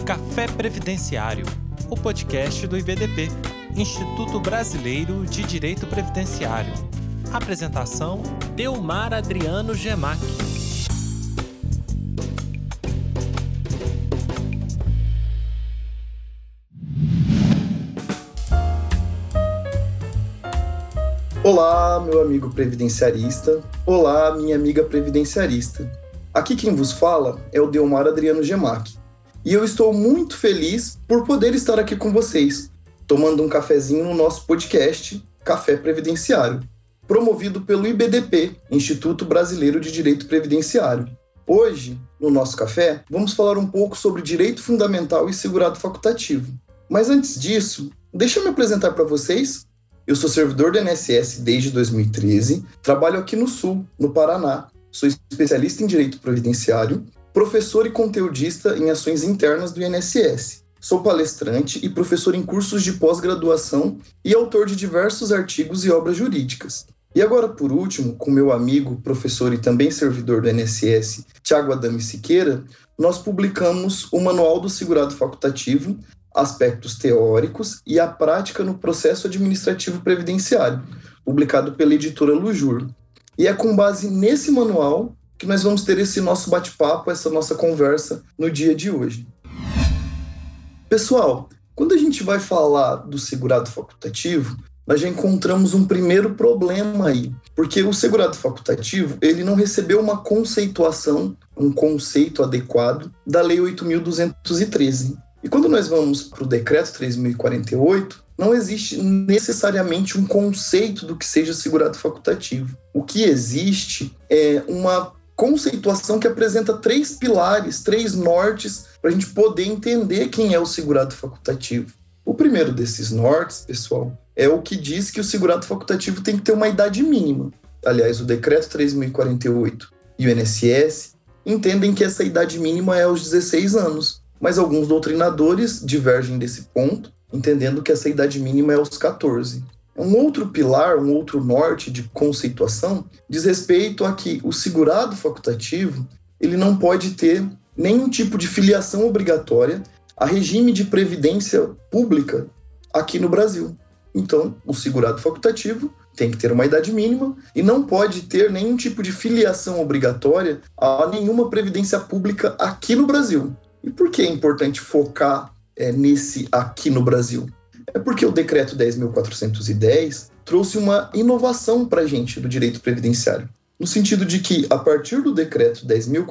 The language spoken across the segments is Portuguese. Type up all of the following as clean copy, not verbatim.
Café Previdenciário, o podcast do IBDP, Instituto Brasileiro de Direito Previdenciário. Apresentação: Delmar Adriano Gemac. Olá, meu amigo previdenciarista. Olá, minha amiga previdenciarista. Aqui quem vos fala é o Delmar Adriano Gemac. E eu estou muito feliz por poder estar aqui com vocês, tomando um cafezinho no nosso podcast Café Previdenciário, promovido pelo IBDP, Instituto Brasileiro de Direito Previdenciário. Hoje, no nosso café, vamos falar um pouco sobre direito fundamental e segurado facultativo. Mas antes disso, deixa eu me apresentar para vocês. Eu sou servidor do INSS desde 2013, trabalho aqui no Sul, no Paraná, sou especialista em direito previdenciário, professor e conteudista em ações internas do INSS. Sou palestrante e professor em cursos de pós-graduação e autor de diversos artigos e obras jurídicas. E agora, por último, com meu amigo, professor e também servidor do INSS, Tiago Adame Siqueira, nós publicamos o Manual do Segurado Facultativo, Aspectos Teóricos e a Prática no Processo Administrativo Previdenciário, publicado pela editora Lujur. E é com base nesse manual que nós vamos ter esse nosso bate-papo, essa nossa conversa no dia de hoje. Pessoal, quando a gente vai falar do segurado facultativo, nós já encontramos um primeiro problema aí, porque o segurado facultativo ele não recebeu uma conceituação, um conceito adequado da Lei 8.213. E quando nós vamos para o Decreto 3.048, não existe necessariamente um conceito do que seja segurado facultativo. O que existe é uma conceituação que apresenta 3 pilares, 3 nortes, para a gente poder entender quem é o segurado facultativo. O primeiro desses nortes, pessoal, é o que diz que o segurado facultativo tem que ter uma idade mínima. Aliás, o Decreto 3.048 e o INSS entendem que essa idade mínima é aos 16 anos, mas alguns doutrinadores divergem desse ponto, entendendo que essa idade mínima é aos 14. Um outro pilar, um outro norte de conceituação diz respeito a que o segurado facultativo ele não pode ter nenhum tipo de filiação obrigatória a regime de previdência pública aqui no Brasil. Então, o segurado facultativo tem que ter uma idade mínima e não pode ter nenhum tipo de filiação obrigatória a nenhuma previdência pública aqui no Brasil. E por que é importante focar nesse aqui no Brasil? É porque o Decreto 10.410 trouxe uma inovação para a gente do direito previdenciário, no sentido de que, a partir do Decreto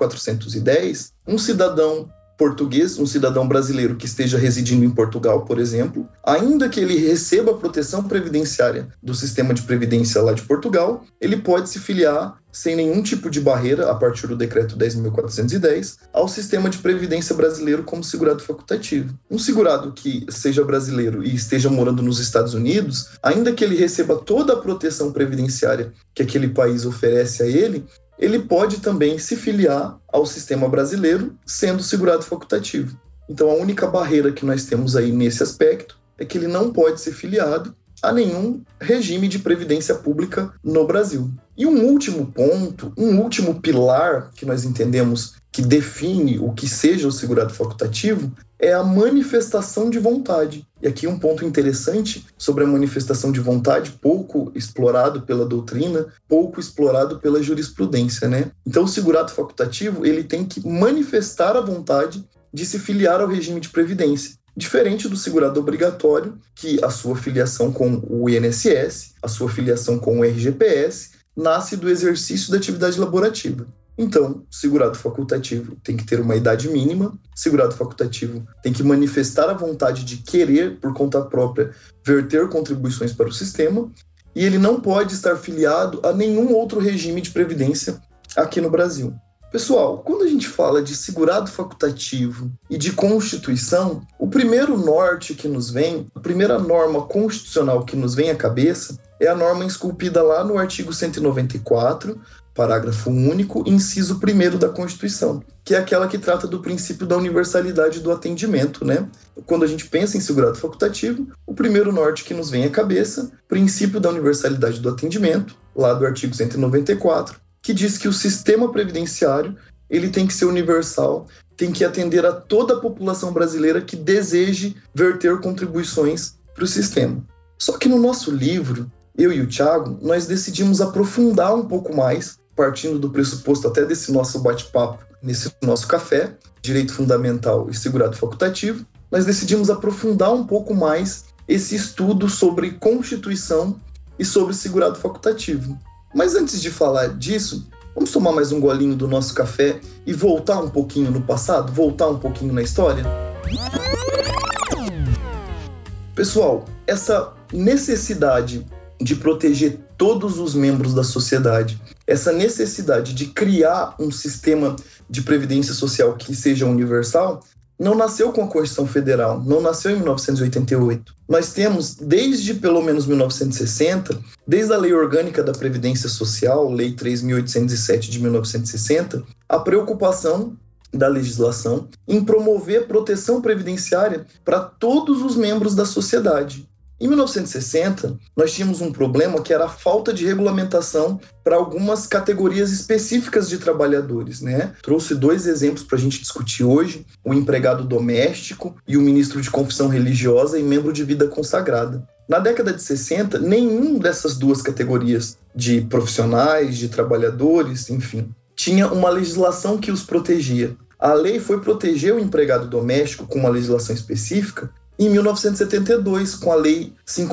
10.410, um cidadão português, um cidadão brasileiro que esteja residindo em Portugal, por exemplo, ainda que ele receba a proteção previdenciária do sistema de previdência lá de Portugal, ele pode se filiar sem nenhum tipo de barreira, a partir do Decreto 10.410, ao sistema de previdência brasileiro como segurado facultativo. Um segurado que seja brasileiro e esteja morando nos Estados Unidos, ainda que ele receba toda a proteção previdenciária que aquele país oferece a ele pode também se filiar ao sistema brasileiro sendo segurado facultativo. Então, a única barreira que nós temos aí nesse aspecto é que ele não pode ser filiado a nenhum regime de previdência pública no Brasil. E um último ponto, um último pilar que nós entendemos que define o que seja o segurado facultativo é a manifestação de vontade. E aqui um ponto interessante sobre a manifestação de vontade, pouco explorado pela doutrina, pouco explorado pela jurisprudência, né? Então o segurado facultativo ele tem que manifestar a vontade de se filiar ao regime de previdência. Diferente do segurado obrigatório, que a sua filiação com o INSS, a sua filiação com o RGPS, nasce do exercício da atividade laborativa. Então, segurado facultativo tem que ter uma idade mínima, segurado facultativo tem que manifestar a vontade de querer, por conta própria, verter contribuições para o sistema, e ele não pode estar filiado a nenhum outro regime de previdência aqui no Brasil. Pessoal, quando a gente fala de segurado facultativo e de Constituição, o primeiro norte que nos vem, a primeira norma constitucional que nos vem à cabeça é a norma esculpida lá no artigo 194, parágrafo único, inciso 1º da Constituição, que é aquela que trata do princípio da universalidade do atendimento, né? Quando a gente pensa em segurado facultativo, o primeiro norte que nos vem à cabeça, princípio da universalidade do atendimento, lá do artigo 194, que diz que o sistema previdenciário ele tem que ser universal, tem que atender a toda a população brasileira que deseje verter contribuições para o sistema. Só que no nosso livro, eu e o Thiago, nós decidimos aprofundar um pouco mais, partindo do pressuposto até desse nosso bate-papo, nesse nosso café, Direito Fundamental e Segurado Facultativo, nós decidimos aprofundar um pouco mais esse estudo sobre Constituição e sobre segurado facultativo. Mas antes de falar disso, vamos tomar mais um golinho do nosso café e voltar um pouquinho no passado, voltar um pouquinho na história? Pessoal, essa necessidade de proteger todos os membros da sociedade, essa necessidade de criar um sistema de previdência social que seja universal, não nasceu com a Constituição Federal, não nasceu em 1988. Nós temos, desde pelo menos 1960, desde a Lei Orgânica da Previdência Social, Lei 3.807 de 1960, a preocupação da legislação em promover proteção previdenciária para todos os membros da sociedade. Em 1960, nós tínhamos um problema que era a falta de regulamentação para algumas categorias específicas de trabalhadores, né? Trouxe 2 exemplos para a gente discutir hoje, o empregado doméstico e o ministro de confissão religiosa e membro de vida consagrada. Na década de 60, nenhum dessas 2 categorias de profissionais, de trabalhadores, enfim, tinha uma legislação que os protegia. A lei foi proteger o empregado doméstico com uma legislação específica em 1972, com a Lei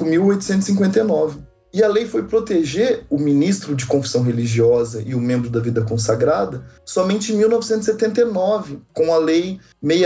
5.859. E a lei foi proteger o ministro de confissão religiosa e o membro da vida consagrada somente em 1979, com a Lei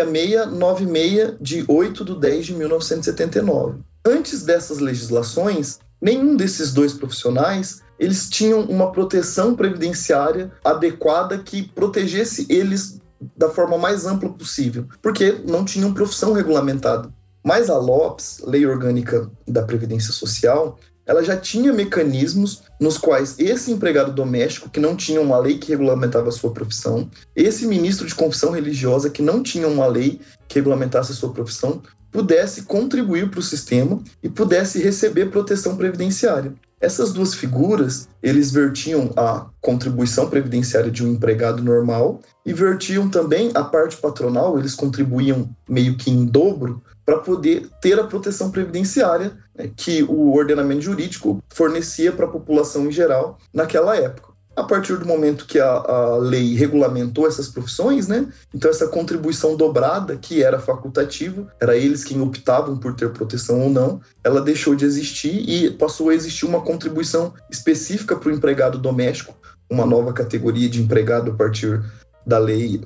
6696, de 8/10 de 1979. Antes dessas legislações, nenhum desses 2 profissionais eles tinham uma proteção previdenciária adequada que protegesse eles da forma mais ampla possível, porque não tinham profissão regulamentada. Mas a LOPS, Lei Orgânica da Previdência Social, ela já tinha mecanismos nos quais esse empregado doméstico, que não tinha uma lei que regulamentava a sua profissão, esse ministro de confissão religiosa, que não tinha uma lei que regulamentasse a sua profissão, pudesse contribuir para o sistema e pudesse receber proteção previdenciária. Essas 2 figuras, eles vertiam a contribuição previdenciária de um empregado normal e vertiam também a parte patronal, eles contribuíam meio que em dobro para poder ter a proteção previdenciária, né, que o ordenamento jurídico fornecia para a população em geral naquela época. A partir do momento que a lei regulamentou essas profissões, né, então essa contribuição dobrada, que era facultativa, era eles quem optavam por ter proteção ou não, ela deixou de existir e passou a existir uma contribuição específica para o empregado doméstico, uma nova categoria de empregado a partir da Lei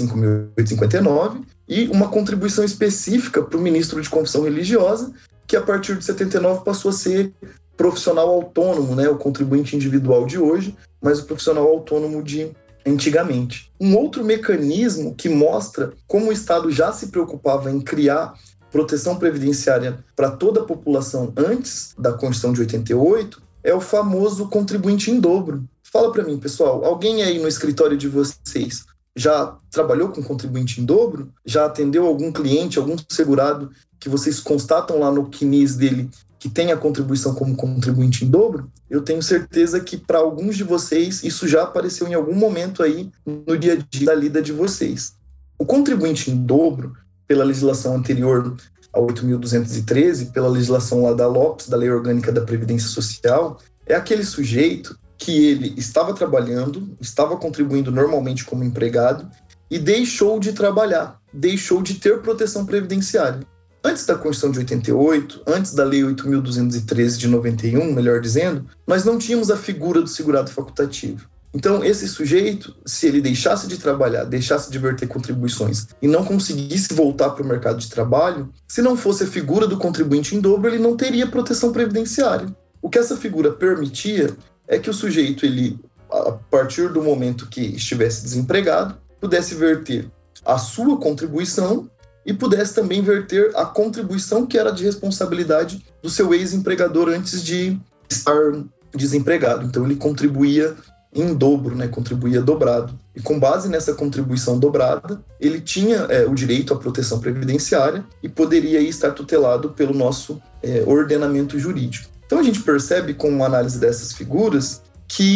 5.859, e uma contribuição específica para o ministro de confissão religiosa, que a partir de 79 passou a ser profissional autônomo, né, o contribuinte individual de hoje, mas o profissional autônomo de antigamente. Um outro mecanismo que mostra como o Estado já se preocupava em criar proteção previdenciária para toda a população antes da Constituição de 88 é o famoso contribuinte em dobro. Fala para mim, pessoal, alguém aí no escritório de vocês já trabalhou com contribuinte em dobro? Já atendeu algum cliente, algum segurado que vocês constatam lá no CNIS dele que tem a contribuição como contribuinte em dobro? Eu tenho certeza que para alguns de vocês isso já apareceu em algum momento aí no dia a dia da lida de vocês. O contribuinte em dobro, pela legislação anterior a 8.213, pela legislação lá da LOPS, da Lei Orgânica da Previdência Social, é aquele sujeito que ele estava trabalhando, estava contribuindo normalmente como empregado e deixou de trabalhar, deixou de ter proteção previdenciária. Antes da Constituição de 88, antes da Lei 8.213 de 91, melhor dizendo, nós não tínhamos a figura do segurado facultativo. Então, esse sujeito, se ele deixasse de trabalhar, deixasse de verter contribuições e não conseguisse voltar para o mercado de trabalho, se não fosse a figura do contribuinte em dobro, ele não teria proteção previdenciária. O que essa figura permitia é que o sujeito, ele, a partir do momento que estivesse desempregado, pudesse verter a sua contribuição e pudesse também verter a contribuição que era de responsabilidade do seu ex-empregador antes de estar desempregado. Então, ele contribuía em dobro, né? Contribuía dobrado. E com base nessa contribuição dobrada, ele tinha o direito à proteção previdenciária e poderia aí estar tutelado pelo nosso ordenamento jurídico. Então, a gente percebe com uma análise dessas figuras que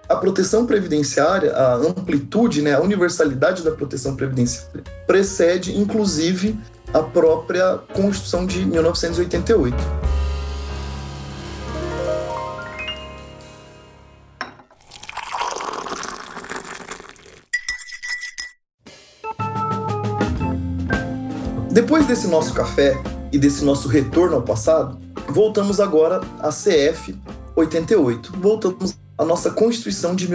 a proteção previdenciária, a amplitude, né, a universalidade da proteção previdenciária precede, inclusive, a própria Constituição de 1988. Depois desse nosso café e desse nosso retorno ao passado, voltamos agora à CF 88. Voltamos à nossa Constituição de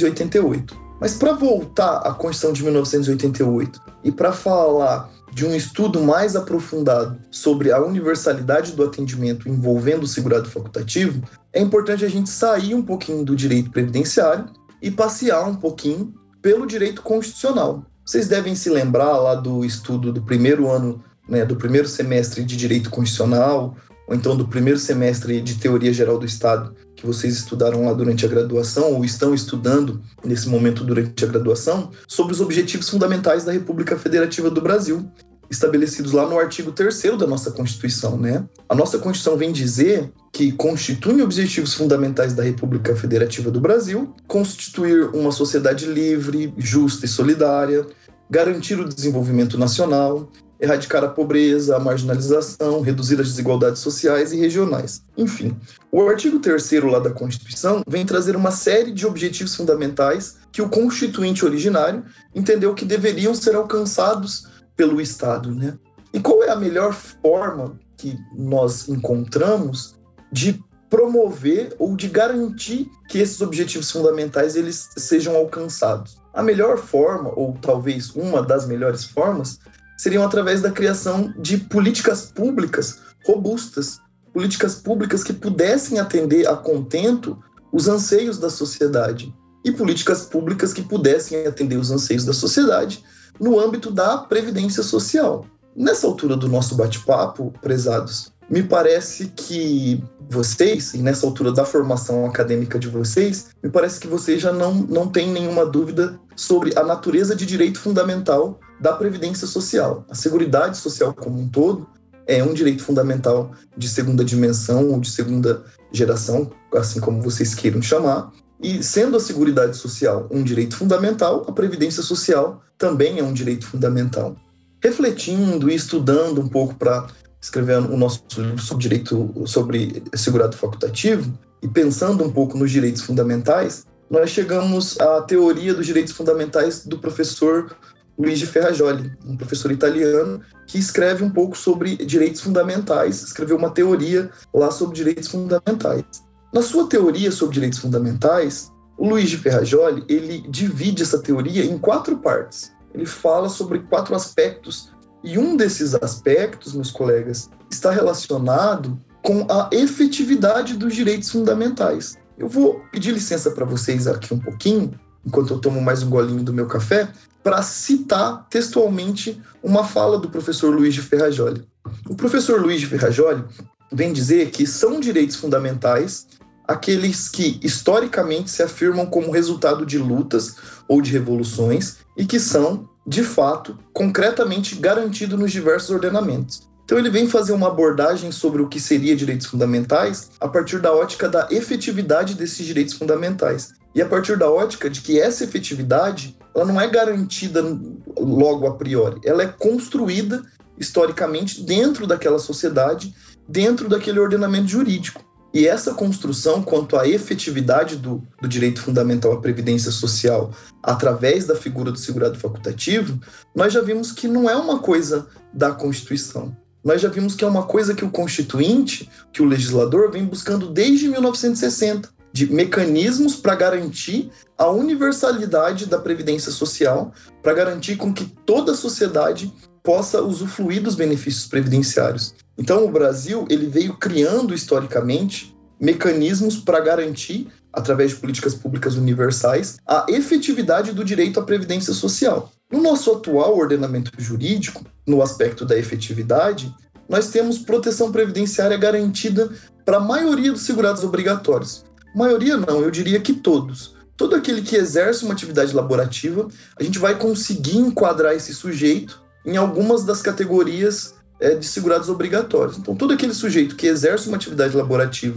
1988. Mas para voltar à Constituição de 1988 e para falar de um estudo mais aprofundado sobre a universalidade do atendimento envolvendo o segurado facultativo, é importante a gente sair um pouquinho do direito previdenciário e passear um pouquinho pelo direito constitucional. Vocês devem se lembrar lá do estudo do primeiro ano, né, do primeiro semestre de Direito Constitucional, ou então do primeiro semestre de Teoria Geral do Estado, que vocês estudaram lá durante a graduação, ou estão estudando nesse momento durante a graduação, sobre os objetivos fundamentais da República Federativa do Brasil, estabelecidos lá no artigo 3º da nossa Constituição, né? A nossa Constituição vem dizer que constituem objetivos fundamentais da República Federativa do Brasil, constituir uma sociedade livre, justa e solidária, garantir o desenvolvimento nacional, erradicar a pobreza, a marginalização, reduzir as desigualdades sociais e regionais. Enfim, o artigo 3º lá da Constituição vem trazer uma série de objetivos fundamentais que o constituinte originário entendeu que deveriam ser alcançados pelo Estado, né? E qual é a melhor forma que nós encontramos de promover ou de garantir que esses objetivos fundamentais eles sejam alcançados? A melhor forma, ou talvez uma das melhores formas, seriam através da criação de políticas públicas robustas, políticas públicas que pudessem atender a contento os anseios da sociedade e políticas públicas que pudessem atender os anseios da sociedade no âmbito da previdência social. Nessa altura do nosso bate-papo, prezados, me parece que vocês, e nessa altura da formação acadêmica de vocês, me parece que vocês já não têm nenhuma dúvida sobre a natureza de direito fundamental da previdência social. A Seguridade Social como um todo é um direito fundamental de segunda dimensão ou de segunda geração, assim como vocês queiram chamar. E sendo a Seguridade Social um direito fundamental, a Previdência Social também é um direito fundamental. Refletindo e estudando um pouco para escrever o nosso livro sobre direito sobre segurado facultativo e pensando um pouco nos direitos fundamentais, nós chegamos à teoria dos direitos fundamentais do professor Luigi Ferrajoli, um professor italiano que escreve um pouco sobre direitos fundamentais, escreveu uma teoria lá sobre direitos fundamentais. Na sua teoria sobre direitos fundamentais, o Luigi Ferrajoli, ele divide essa teoria em 4 partes. Ele fala sobre 4 aspectos, e um desses aspectos, meus colegas, está relacionado com a efetividade dos direitos fundamentais. Eu vou pedir licença para vocês aqui um pouquinho, enquanto eu tomo mais um golinho do meu café, para citar textualmente uma fala do professor Luigi Ferrajoli. O professor Luigi Ferrajoli vem dizer que são direitos fundamentais aqueles que historicamente se afirmam como resultado de lutas ou de revoluções e que são, de fato, concretamente garantidos nos diversos ordenamentos. Então ele vem fazer uma abordagem sobre o que seria direitos fundamentais a partir da ótica da efetividade desses direitos fundamentais. E a partir da ótica de que essa efetividade ela não é garantida logo a priori, ela é construída historicamente dentro daquela sociedade, dentro daquele ordenamento jurídico. E essa construção quanto à efetividade do direito fundamental à previdência social através da figura do segurado facultativo, nós já vimos que não é uma coisa da Constituição. Nós já vimos que é uma coisa que o constituinte, que o legislador vem buscando desde 1960, de mecanismos para garantir a universalidade da previdência social, para garantir com que toda a sociedade possa usufruir dos benefícios previdenciários. Então, o Brasil ele veio criando, historicamente, mecanismos para garantir, através de políticas públicas universais, a efetividade do direito à previdência social. No nosso atual ordenamento jurídico, no aspecto da efetividade, nós temos proteção previdenciária garantida para a maioria dos segurados obrigatórios. Maioria não, eu diria que todos. Todo aquele que exerce uma atividade laborativa, a gente vai conseguir enquadrar esse sujeito em algumas das categorias de segurados obrigatórios. Então, todo aquele sujeito que exerce uma atividade laborativa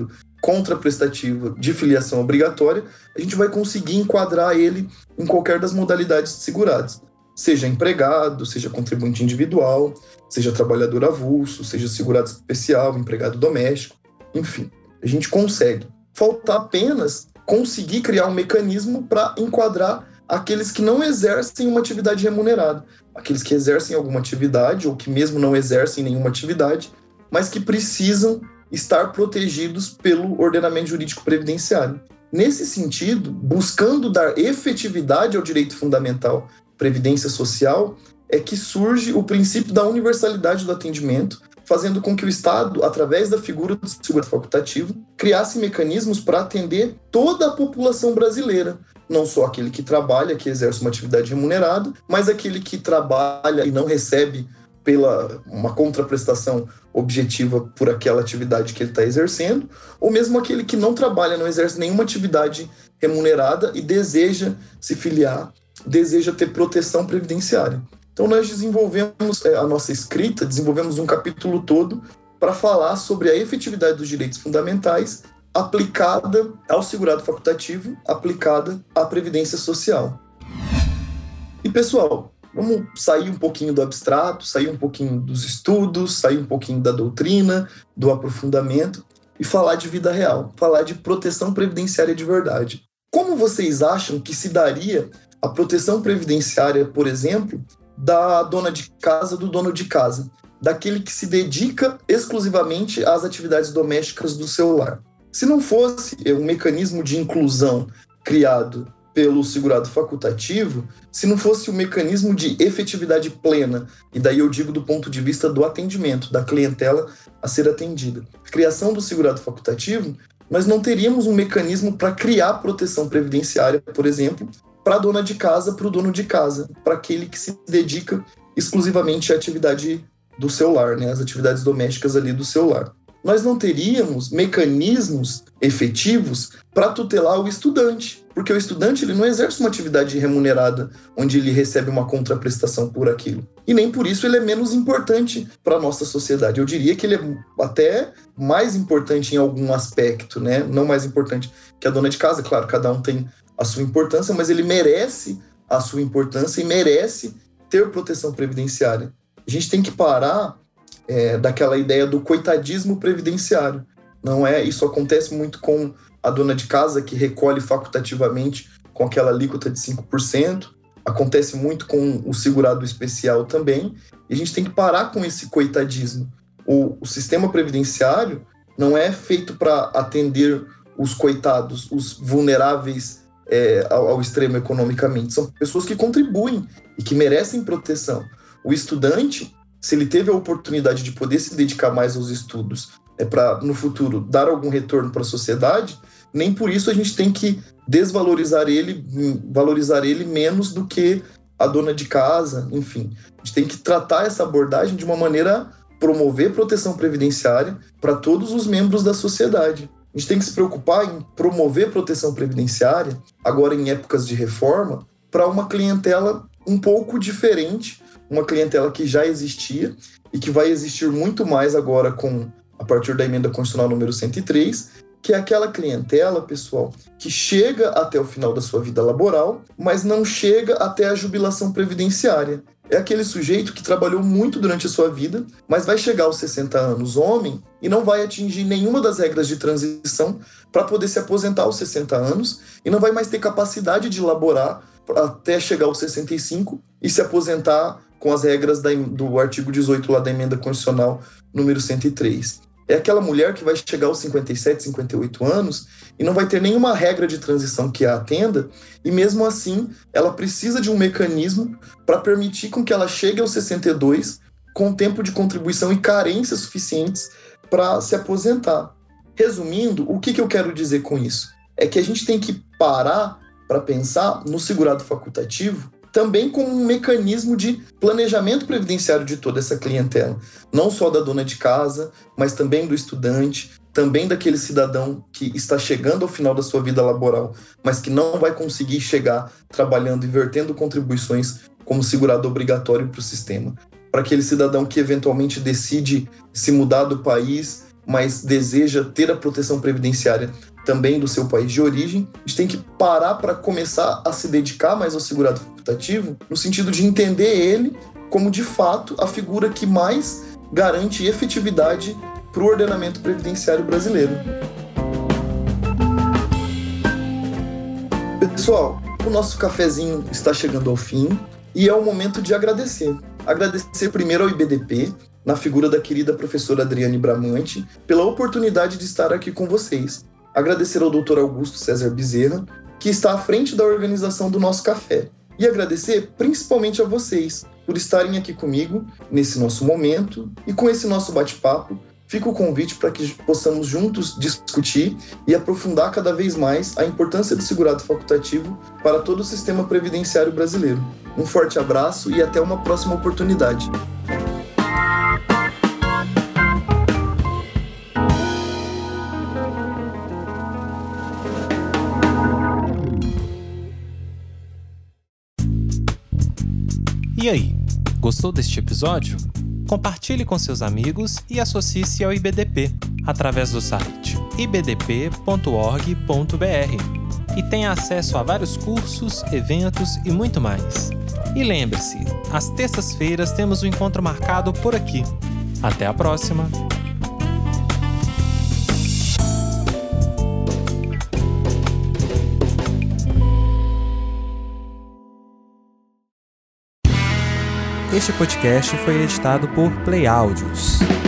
contraprestativa de filiação obrigatória, a gente vai conseguir enquadrar ele em qualquer das modalidades de segurados. Seja empregado, seja contribuinte individual, seja trabalhador avulso, seja segurado especial, empregado doméstico, enfim. A gente consegue. Falta apenas conseguir criar um mecanismo para enquadrar aqueles que não exercem uma atividade remunerada, aqueles que exercem alguma atividade ou que mesmo não exercem nenhuma atividade, mas que precisam estar protegidos pelo ordenamento jurídico previdenciário. Nesse sentido, buscando dar efetividade ao direito fundamental previdência social, é que surge o princípio da universalidade do atendimento, fazendo com que o Estado, através da figura do seguro facultativo, criasse mecanismos para atender toda a população brasileira, não só aquele que trabalha, que exerce uma atividade remunerada, mas aquele que trabalha e não recebe pela uma contraprestação objetiva por aquela atividade que ele está exercendo, ou mesmo aquele que não trabalha, não exerce nenhuma atividade remunerada e deseja se filiar, deseja ter proteção previdenciária. Então nós desenvolvemos a nossa escrita, desenvolvemos um capítulo todo para falar sobre a efetividade dos direitos fundamentais aplicada ao segurado facultativo, aplicada à previdência social. E pessoal, vamos sair um pouquinho do abstrato, sair um pouquinho dos estudos, sair um pouquinho da doutrina, do aprofundamento e falar de vida real, falar de proteção previdenciária de verdade. Como vocês acham que se daria a proteção previdenciária, por exemplo, da dona de casa, do dono de casa, daquele que se dedica exclusivamente às atividades domésticas do seu lar? Se não fosse um mecanismo de inclusão criado pelo segurado facultativo, se não fosse um mecanismo de efetividade plena, e daí eu digo do ponto de vista do atendimento, da clientela a ser atendida, a criação do segurado facultativo, nós não teríamos um mecanismo para criar proteção previdenciária, por exemplo, para a dona de casa, para o dono de casa, para aquele que se dedica exclusivamente à atividade do seu lar, né, as atividades domésticas ali do seu lar. Nós não teríamos mecanismos efetivos para tutelar o estudante, porque o estudante ele não exerce uma atividade remunerada onde ele recebe uma contraprestação por aquilo. E nem por isso ele é menos importante para a nossa sociedade. Eu diria que ele é até mais importante em algum aspecto, né? Não mais importante que a dona de casa, claro, cada um tem a sua importância, mas ele merece a sua importância e merece ter proteção previdenciária. A gente tem que parar daquela ideia do coitadismo previdenciário. Não é? Isso acontece muito com a dona de casa que recolhe facultativamente com aquela alíquota de 5%, acontece muito com o segurado especial também, e a gente tem que parar com esse coitadismo. O sistema previdenciário não é feito para atender os coitados, os vulneráveis ao extremo economicamente. São pessoas que contribuem e que merecem proteção. O estudante, se ele teve a oportunidade de poder se dedicar mais aos estudos, para no futuro dar algum retorno para a sociedade, nem por isso a gente tem que desvalorizar ele, valorizar ele menos do que a dona de casa, enfim. A gente tem que tratar essa abordagem de uma maneira a promover proteção previdenciária para todos os membros da sociedade. A gente tem que se preocupar em promover proteção previdenciária, agora em épocas de reforma, para uma clientela um pouco diferente, uma clientela que já existia e que vai existir muito mais agora a partir da emenda constitucional número 103, que é aquela clientela, pessoal, que chega até o final da sua vida laboral, mas não chega até a jubilação previdenciária. É aquele sujeito que trabalhou muito durante a sua vida, mas vai chegar aos 60 anos homem e não vai atingir nenhuma das regras de transição para poder se aposentar aos 60 anos e não vai mais ter capacidade de laborar até chegar aos 65 e se aposentar com as regras do artigo 18 lá da emenda constitucional número 103. É aquela mulher que vai chegar aos 57, 58 anos e não vai ter nenhuma regra de transição que a atenda, e mesmo assim ela precisa de um mecanismo para permitir com que ela chegue aos 62 com tempo de contribuição e carências suficientes para se aposentar. Resumindo, o que eu quero dizer com isso? É que a gente tem que parar para pensar no segurado facultativo também como um mecanismo de planejamento previdenciário de toda essa clientela. Não só da dona de casa, mas também do estudante, também daquele cidadão que está chegando ao final da sua vida laboral, mas que não vai conseguir chegar trabalhando e vertendo contribuições como segurado obrigatório para o sistema. Para aquele cidadão que eventualmente decide se mudar do país mas deseja ter a proteção previdenciária também do seu país de origem. A gente tem que parar para começar a se dedicar mais ao segurado facultativo, no sentido de entender ele como, de fato, a figura que mais garante efetividade para o ordenamento previdenciário brasileiro. Pessoal, o nosso cafezinho está chegando ao fim e é o momento de agradecer. Agradecer primeiro ao IBDP, na figura da querida professora Adriane Bramante, pela oportunidade de estar aqui com vocês. Agradecer ao Dr. Augusto César Bezerra, que está à frente da organização do nosso café. E agradecer principalmente a vocês por estarem aqui comigo nesse nosso momento e com esse nosso bate-papo. Fica o convite para que possamos juntos discutir e aprofundar cada vez mais a importância do segurado facultativo para todo o sistema previdenciário brasileiro. Um forte abraço e até uma próxima oportunidade. E aí, gostou deste episódio? Compartilhe com seus amigos e associe-se ao IBDP através do site ibdp.org.br e tenha acesso a vários cursos, eventos e muito mais. E lembre-se, às terças-feiras temos um encontro marcado por aqui. Até a próxima! Este podcast foi editado por Play Áudios.